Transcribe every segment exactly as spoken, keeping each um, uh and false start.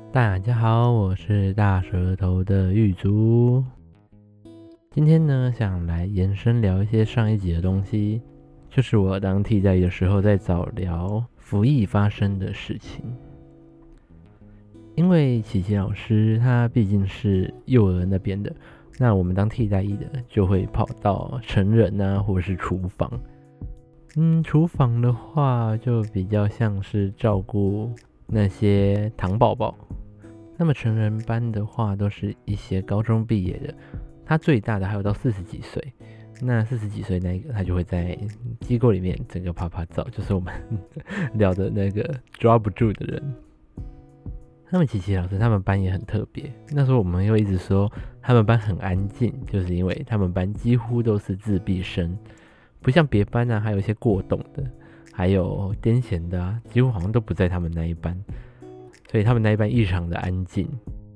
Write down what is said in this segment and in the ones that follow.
大家好，我是大舌头的玉竹。今天呢，想来延伸聊一些上一集的东西，就是我当替代役的时候在早疗服役发生的事情。因为琪琪老师他毕竟是幼儿那边的，那我们当替代役的就会跑到成人啊，或者是厨房。嗯，厨房的话就比较像是照顾那些糖宝宝。那么成人班的话，都是一些高中毕业的，他最大的还有到四十几岁。那四十几岁那个，他就会在机构里面整个啪啪照，就是我们聊的那个抓不住的人。他们琪琪老师他们班也很特别，那时候我们又一直说他们班很安静，就是因为他们班几乎都是自闭生，不像别班啊，还有一些过动的，还有癫痫的啊，几乎好像都不在他们那一班。所以他们那一班异常的安静。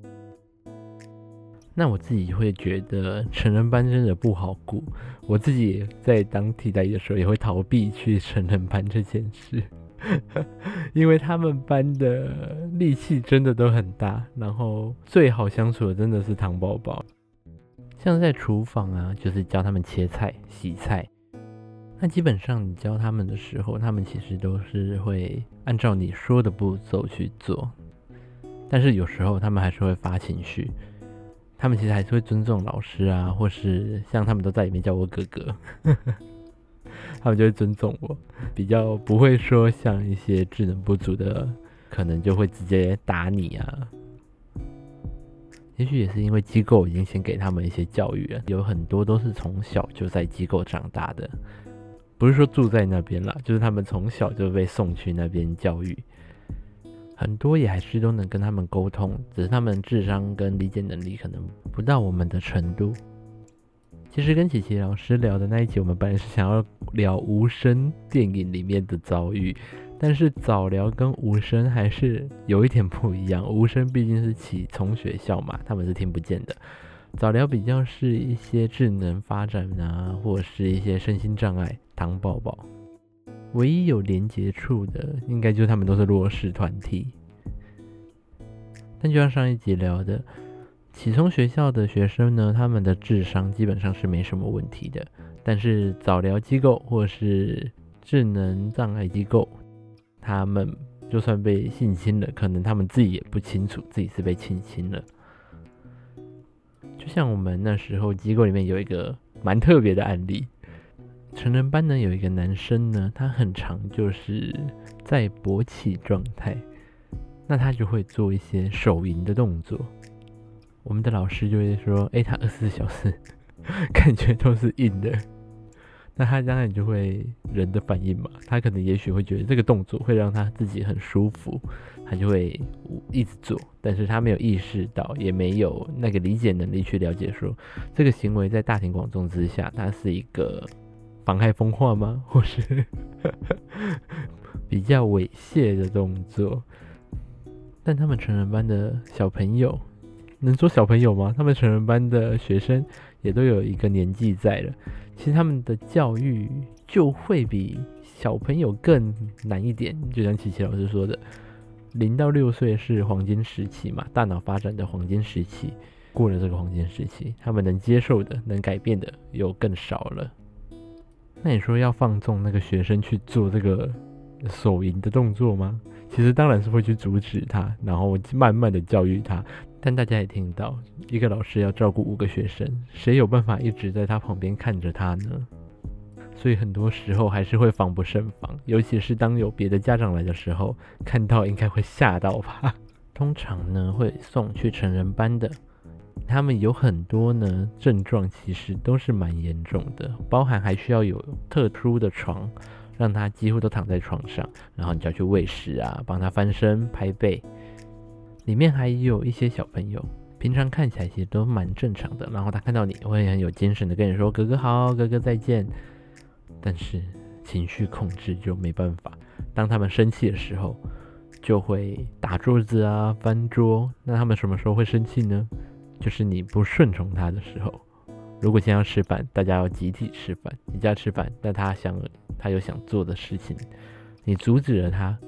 那我自己会觉得成人班真的不好顾，我自己在当替代役的时候也会逃避去成人班这件事，因为他们班的力气真的都很大，然后最好相处的真的是糖宝宝。像在厨房啊，就是教他们切菜、洗菜。那基本上你教他们的时候，他们其实都是会按照你说的步骤去做，但是有时候他们还是会发情绪，他们其实还是会尊重老师啊，或是像他们都在里面叫我哥哥他们就会尊重我，比较不会说像一些智能不足的可能就会直接打你啊。也许也是因为机构已经先给他们一些教育了，有很多都是从小就在机构长大的，不是说住在那边啦，就是他们从小就被送去那边教育，很多也还是都能跟他们沟通，只是他们智商跟理解能力可能不到我们的程度。其实跟琪琪老师聊的那一集，我们本来是想要聊无声电影里面的遭遇，但是早疗跟无声还是有一点不一样。无声毕竟是起从学校嘛，他们是听不见的。早疗比较是一些智能发展啊，或是一些身心障碍糖宝宝，唯一有连结处的应该就是他们都是弱势团体。但就像上一集聊的，启聪学校的学生呢，他们的智商基本上是没什么问题的，但是早疗机构或是智能障碍机构，他们就算被性侵了，可能他们自己也不清楚自己是被性侵了。就像我们那时候机构里面有一个蛮特别的案例，成人班呢有一个男生呢，他很常就是在勃起状态，那他就会做一些手淫的动作。我们的老师就会说，哎、欸，他二十四小时感觉都是硬的。那他当然就会人的反应嘛，他可能也许会觉得这个动作会让他自己很舒服，他就会一直做，但是他没有意识到，也没有那个理解能力去了解说这个行为在大庭广众之下，它是一个妨害风化吗？或是比较猥亵的动作。但他们成人班的小朋友，能说小朋友吗？他们成人班的学生也都有一个年纪在了，其实他们的教育就会比小朋友更难一点。就像琪琪老师说的，零到六岁是黄金时期嘛，大脑发展的黄金时期。过了这个黄金时期，他们能接受的、能改变的又更少了。那你说要放纵那个学生去做这个手淫的动作吗？其实当然是会去阻止他，然后慢慢的教育他。但大家也听到，一个老师要照顾五个学生，谁有办法一直在他旁边看着他呢？所以很多时候还是会防不胜防，尤其是当有别的家长来的时候，看到应该会吓到吧。通常呢会送去成人班的，他们有很多呢症状其实都是蛮严重的，包含还需要有特殊的床，让他几乎都躺在床上，然后你就要去喂食啊，帮他翻身拍背。里面还有一些小朋友平常看起来其实都蛮正常的，然后他看到你会很有精神的跟你说哥哥好，哥哥再见，但是情绪控制就没办法，当他们生气的时候就会打桌子啊翻桌。那他们什么时候会生气呢？就是你不顺从他的时候。如果今天要吃饭，大家要集体吃饭，你家吃饭，但他想他有想做的事情，你阻止了他，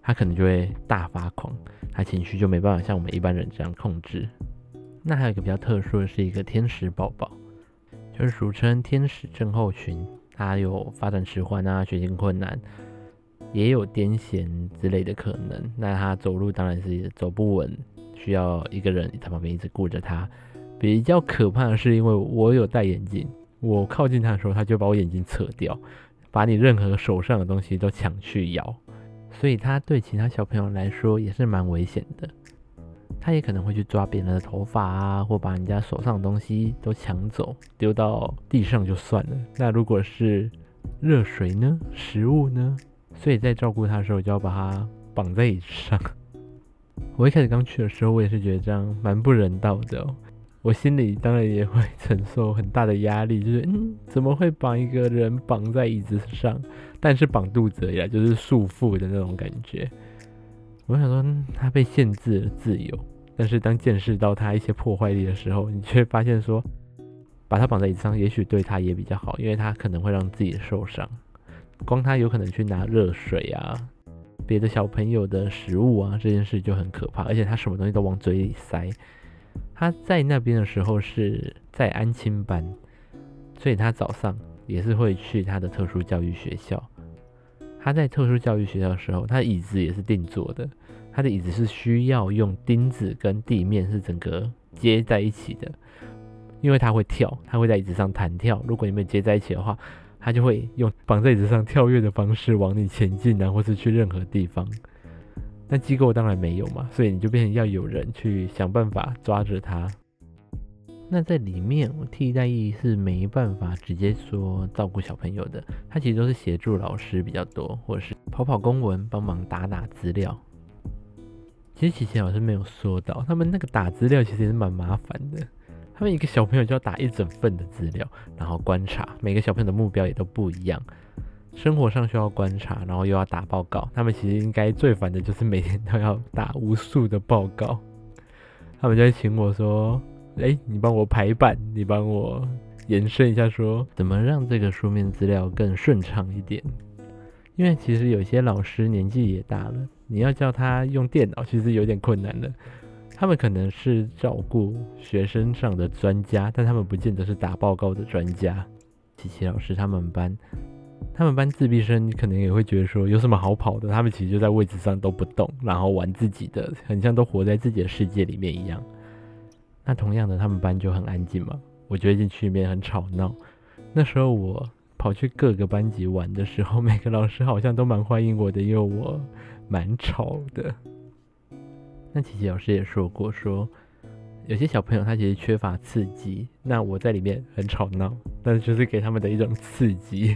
他可能就会大发狂，他情绪就没办法像我们一般人这样控制。那还有一个比较特殊的是一个天使宝宝，就是俗称天使症候群，他有发展迟缓啊、学习困难，也有癫痫之类的可能。那他走路当然是走不稳，需要一个人在旁边一直顾着他。比较可怕的是，因为我有戴眼镜，我靠近他的时候，他就把我眼镜扯掉，把你任何手上的东西都抢去咬，所以他对其他小朋友来说也是蛮危险的。他也可能会去抓别人的头发啊，或把人家手上的东西都抢走，丢到地上就算了。那如果是热水呢？食物呢？所以在照顾他的时候，就要把他绑在椅子上。我一开始刚去的时候，我也是觉得这样蛮不人道的哦。我心里当然也会承受很大的压力，就是嗯，怎么会把一个人绑在椅子上？但是绑肚子而已啦，就是束缚的那种感觉。我想说，嗯，他被限制了自由，但是当见识到他一些破坏力的时候，你就会发现说，把他绑在椅子上，也许对他也比较好，因为他可能会让自己受伤。光他有可能去拿热水啊、别的小朋友的食物啊，这件事就很可怕，而且他什么东西都往嘴里塞。他在那边的时候是在安亲班，所以他早上也是会去他的特殊教育学校。他在特殊教育学校的时候，他的椅子也是定做的，他的椅子是需要用钉子跟地面是整个接在一起的，因为他会跳，他会在椅子上弹跳，如果你们接在一起的话，他就会用绑在椅子上跳跃的方式往你前进啊，或是去任何地方。那机构当然没有嘛，所以你就变成要有人去想办法抓着他。那在里面，我替代役是没办法直接说照顾小朋友的，他其实都是协助老师比较多，或者是跑跑公文，帮忙打打资料。其实琪琪老师没有说到，他们那个打资料其实也是蛮麻烦的。他们一个小朋友就要打一整份的资料，然后观察，每个小朋友的目标也都不一样。生活上需要观察，然后又要打报告。他们其实应该最烦的就是每天都要打无数的报告。他们就会请我说，哎，你帮我排版，你帮我延伸一下说，怎么让这个书面资料更顺畅一点。因为其实有些老师年纪也大了，你要叫他用电脑其实有点困难的。他们可能是照顾学生上的专家，但他们不见得是打报告的专家。琪琪老师他们班他们班自闭生可能也会觉得说有什么好跑的，他们其实就在位置上都不动，然后玩自己的，很像都活在自己的世界里面一样。那同样的，他们班就很安静嘛，我觉得进去里面很吵闹。那时候我跑去各个班级玩的时候，每个老师好像都蛮欢迎我的，因为我蛮吵的。那琪琪老师也说过说，有些小朋友他其实缺乏刺激，那我在里面很吵闹，但是就是给他们的一种刺激。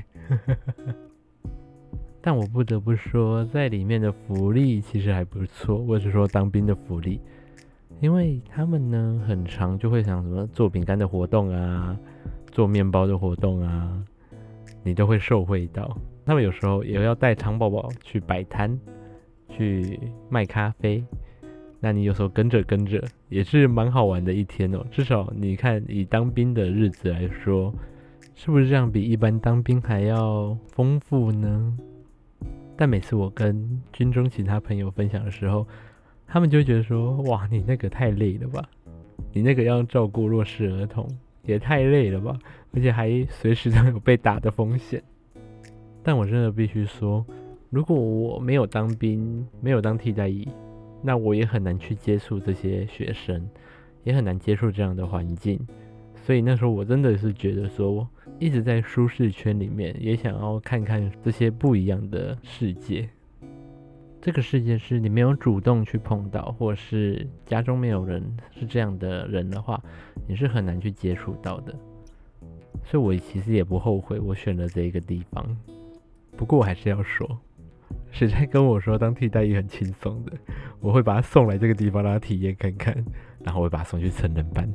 但我不得不说，在里面的福利其实还不错，或者说当兵的福利，因为他们呢很常就会想什么做饼干的活动啊，做面包的活动啊，你都会受惠到。他们有时候也要带糖宝宝去摆摊，去卖咖啡。那你有时候跟着跟着也是蛮好玩的一天哦。至少你看以当兵的日子来说，是不是这样比一般当兵还要丰富呢？但每次我跟军中其他朋友分享的时候，他们就会觉得说，哇，你那个太累了吧，你那个要照顾弱势儿童也太累了吧，而且还随时都有被打的风险。但我真的必须说，如果我没有当兵，没有当替代役，那我也很难去接触这些学生，也很难接触这样的环境。所以那时候我真的是觉得说，一直在舒适圈里面，也想要看看这些不一样的世界。这个世界是你没有主动去碰到，或是家中没有人是这样的人的话，你是很难去接触到的。所以我其实也不后悔我选了这一个地方。不过我还是要说，谁在跟我说当替代役很轻松的，我会把他送来这个地方让他体验看看，然后我会把他送去成人班。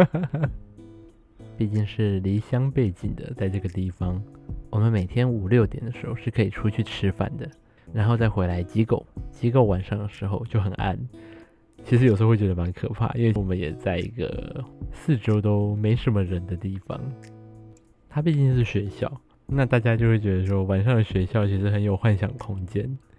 毕竟是离乡背景的，在这个地方我们每天五六点的时候是可以出去吃饭的，然后再回来机构机构晚上的时候就很暗。其实有时候会觉得蛮可怕，因为我们也在一个四周都没什么人的地方，它毕竟是学校，那大家就会觉得说晚上的学校其实很有幻想空间。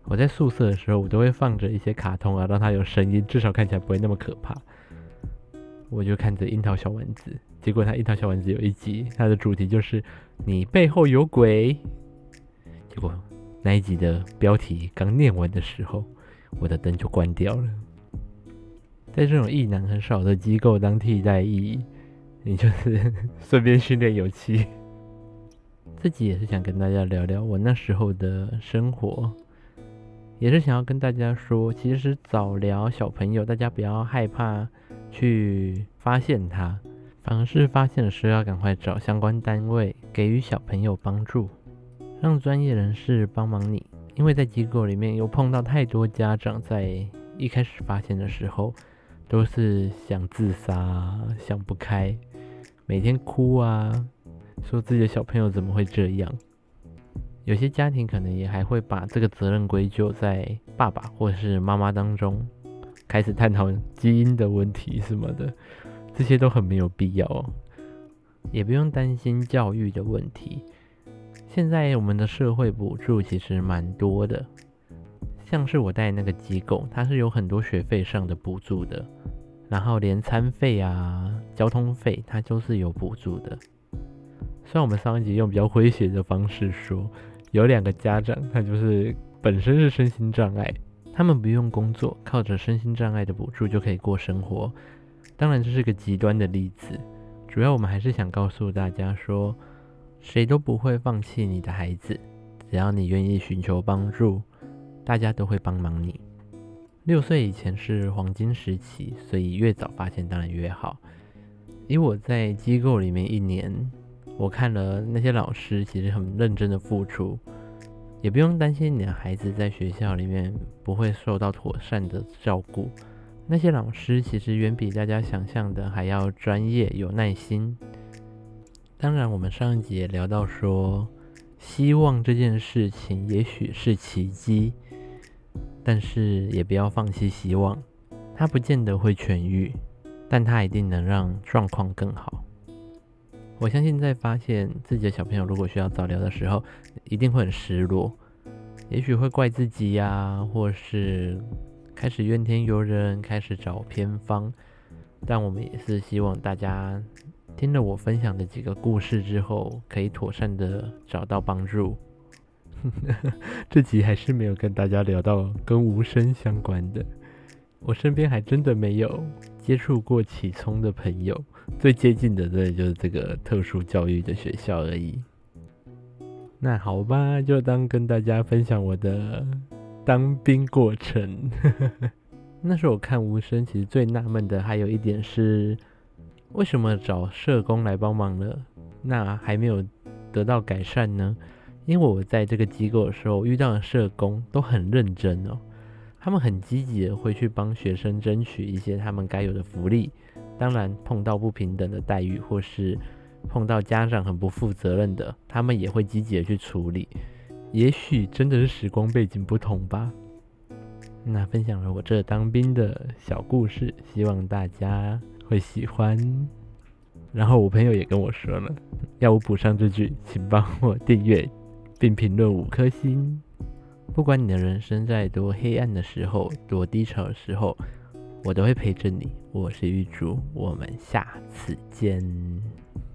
我在宿舍的时候，我都会放着一些卡通啊，让它有声音，至少看起来不会那么可怕。我就看着樱桃小丸子，结果它樱桃小丸子有一集，它的主题就是你背后有鬼。结果那一集的标题刚念完的时候，我的灯就关掉了。在这种役男很少的机构当替代役，你就是顺便训练勇气。这集也是想跟大家聊聊我那时候的生活，也是想要跟大家说，其实早疗小朋友，大家不要害怕去发现它，反而是发现的时候要赶快找相关单位给予小朋友帮助，让专业人士帮忙你。因为在机构里面有碰到太多家长在一开始发现的时候都是想自杀，想不开，每天哭啊，说自己的小朋友怎么会这样。有些家庭可能也还会把这个责任归咎在爸爸或是妈妈当中，开始探讨基因的问题什么的，这些都很没有必要哦。也不用担心教育的问题，现在我们的社会补助其实蛮多的，像是我带那个机构，它是有很多学费上的补助的，然后连餐费啊、交通费它都是有补助的。虽然我们上一集用比较诙谐的方式说，有两个家长他就是本身是身心障碍，他们不用工作，靠着身心障碍的补助就可以过生活。当然这是个极端的例子，主要我们还是想告诉大家说，谁都不会放弃你的孩子，只要你愿意寻求帮助，大家都会帮忙你。六岁以前是黄金时期，所以越早发现当然越好。以我在机构里面一年，我看了那些老师其实很认真的付出，也不用担心你的孩子在学校里面不会受到妥善的照顾。那些老师其实远比大家想象的还要专业有耐心。当然我们上一集也聊到说，希望这件事情也许是奇迹，但是也不要放弃希望，它不见得会痊愈，但它一定能让状况更好。我相信在发现自己的小朋友如果需要早疗的时候，一定会很失落，也许会怪自己呀、啊，或是开始怨天尤人，开始找偏方。但我们也是希望大家听了我分享的几个故事之后，可以妥善的找到帮助。这集还是没有跟大家聊到跟无声相关的，我身边还真的没有接触过启聪的朋友，最接近的真的就是这个特殊教育的学校而已。那好吧，就当跟大家分享我的当兵过程。那时候我看无声，其实最纳闷的还有一点是，为什么找社工来帮忙了，那还没有得到改善呢？因为我在这个机构的时候遇到的社工都很认真哦，他们很积极的会去帮学生争取一些他们该有的福利。当然碰到不平等的待遇，或是碰到家长很不负责任的，他们也会积极的去处理。也许真的是时光背景不同吧。那分享了我这当兵的小故事，希望大家会喜欢。然后我朋友也跟我说了，要我补上这句，请帮我订阅并评论五颗星。不管你的人生在多黑暗的时候，多低潮的时候，我都会陪着你。我是玉竹，我们下次见。